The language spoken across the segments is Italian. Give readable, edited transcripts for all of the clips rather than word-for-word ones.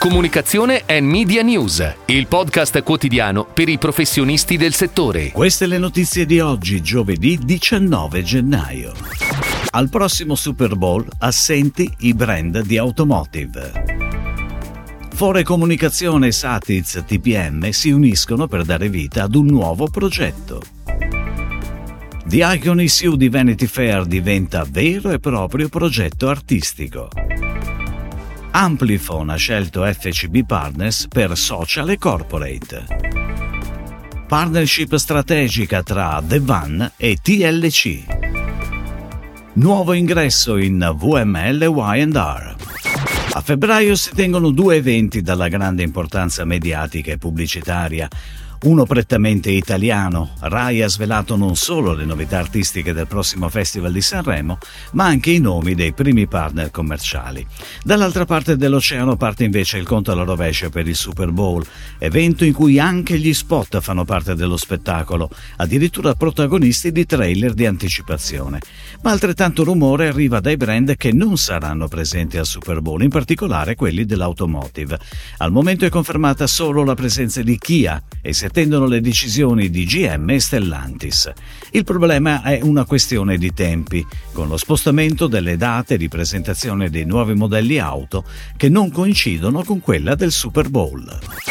Comunicazione and Media News, il podcast quotidiano per i professionisti del settore. Queste le notizie di oggi, giovedì 19 gennaio. Al prossimo Super Bowl assenti i brand di automotive. Fore Comunicazione e Satiz TPM si uniscono per dare vita ad un nuovo progetto. The Icon Issue di Vanity Fair diventa vero e proprio progetto artistico. Amplifon ha scelto FCB Partners per social e corporate. Partnership strategica tra The Van e TLC. Nuovo ingresso in VML e Y&R. A febbraio si tengono due eventi dalla grande importanza mediatica e pubblicitaria. Uno prettamente italiano, Rai ha svelato non solo le novità artistiche del prossimo Festival di Sanremo, ma anche i nomi dei primi partner commerciali. Dall'altra parte dell'oceano parte invece il conto alla rovescia per il Super Bowl, evento in cui anche gli spot fanno parte dello spettacolo, addirittura protagonisti di trailer di anticipazione. Ma altrettanto rumore arriva dai brand che non saranno presenti al Super Bowl, in particolare quelli dell'automotive. Al momento è confermata solo la presenza di Kia e si attendono le decisioni di GM e Stellantis. Il problema è una questione di tempi, con lo spostamento delle date di presentazione dei nuovi modelli auto che non coincidono con quella del Super Bowl.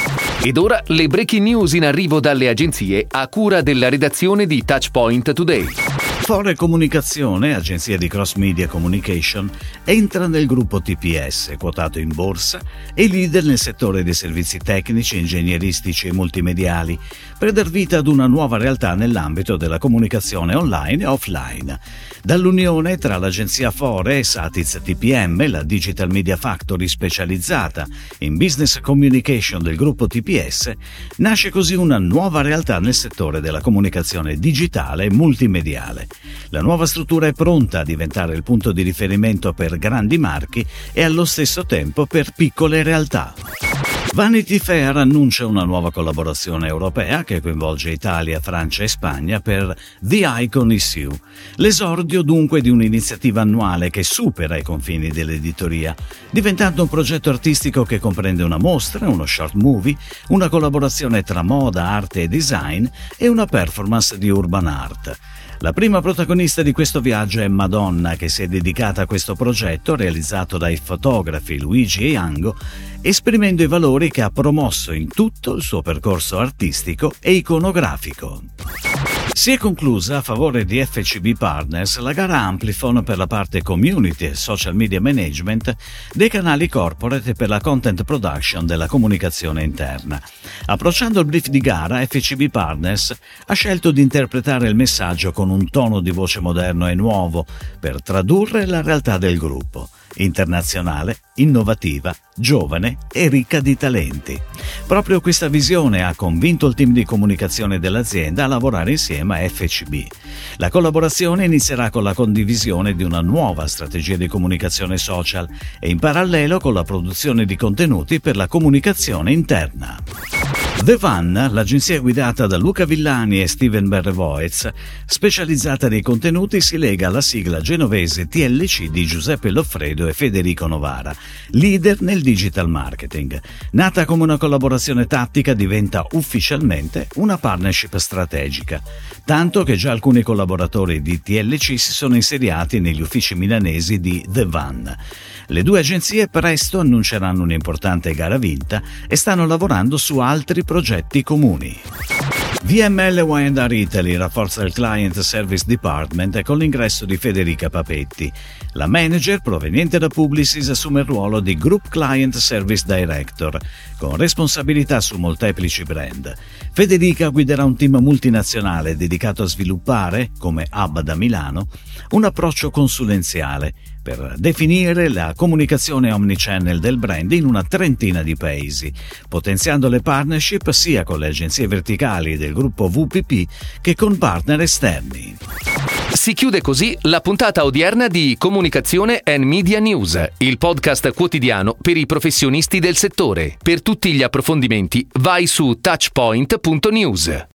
Ed ora le breaking news in arrivo dalle agenzie a cura della redazione di Touchpoint Today. Fore Comunicazione, agenzia di cross media communication, entra nel gruppo TPS, quotato in borsa, e leader nel settore dei servizi tecnici, ingegneristici e multimediali, per dar vita ad una nuova realtà nell'ambito della comunicazione online e offline. Dall'unione tra l'agenzia Fore e Satiz TPM, la Digital Media Factory specializzata in business communication del gruppo TPS, nasce così una nuova realtà nel settore della comunicazione digitale e multimediale. La nuova struttura è pronta a diventare il punto di riferimento per grandi marchi e allo stesso tempo per piccole realtà. Vanity Fair annuncia una nuova collaborazione europea che coinvolge Italia, Francia e Spagna per The Icon Issue. L'esordio dunque di un'iniziativa annuale che supera i confini dell'editoria, diventando un progetto artistico che comprende una mostra, uno short movie, una collaborazione tra moda, arte e design e una performance di urban art. La prima protagonista di questo viaggio è Madonna, che si è dedicata a questo progetto realizzato dai fotografi Luigi e Yango, esprimendo i valori che ha promosso in tutto il suo percorso artistico e iconografico. Si è conclusa a favore di FCB Partners la gara Amplifon per la parte community e social media management dei canali corporate per la content production della comunicazione interna. Approcciando il brief di gara, FCB Partners ha scelto di interpretare il messaggio con un tono di voce moderno e nuovo per tradurre la realtà del gruppo, internazionale, innovativa, giovane e ricca di talenti. Proprio questa visione ha convinto il team di comunicazione dell'azienda a lavorare insieme a FCB. La collaborazione inizierà con la condivisione di una nuova strategia di comunicazione social e in parallelo con la produzione di contenuti per la comunicazione interna. The Van, l'agenzia guidata da Luca Villani e Steven Berrevoez, specializzata nei contenuti, si lega alla sigla genovese TLC di Giuseppe Loffredo e Federico Novara, leader nel digital marketing. Nata come una collaborazione tattica, diventa ufficialmente una partnership strategica, tanto che già alcuni collaboratori di TLC si sono insediati negli uffici milanesi di The Van. Le due agenzie presto annunceranno un'importante gara vinta e stanno lavorando su altri progetti comuni. VML Y&R Italy rafforza il Client Service Department con l'ingresso di Federica Papetti. La manager proveniente da Publicis assume il ruolo di Group Client Service Director, con responsabilità su molteplici brand. Federica guiderà un team multinazionale dedicato a sviluppare, come hub da Milano, un approccio consulenziale per definire la comunicazione omnichannel del brand in una trentina di paesi, potenziando le partnership sia con le agenzie verticali del gruppo VPP che con partner esterni. Si chiude così la puntata odierna di Comunicazione and Media News, il podcast quotidiano per i professionisti del settore. Per tutti gli approfondimenti vai su touchpoint.news.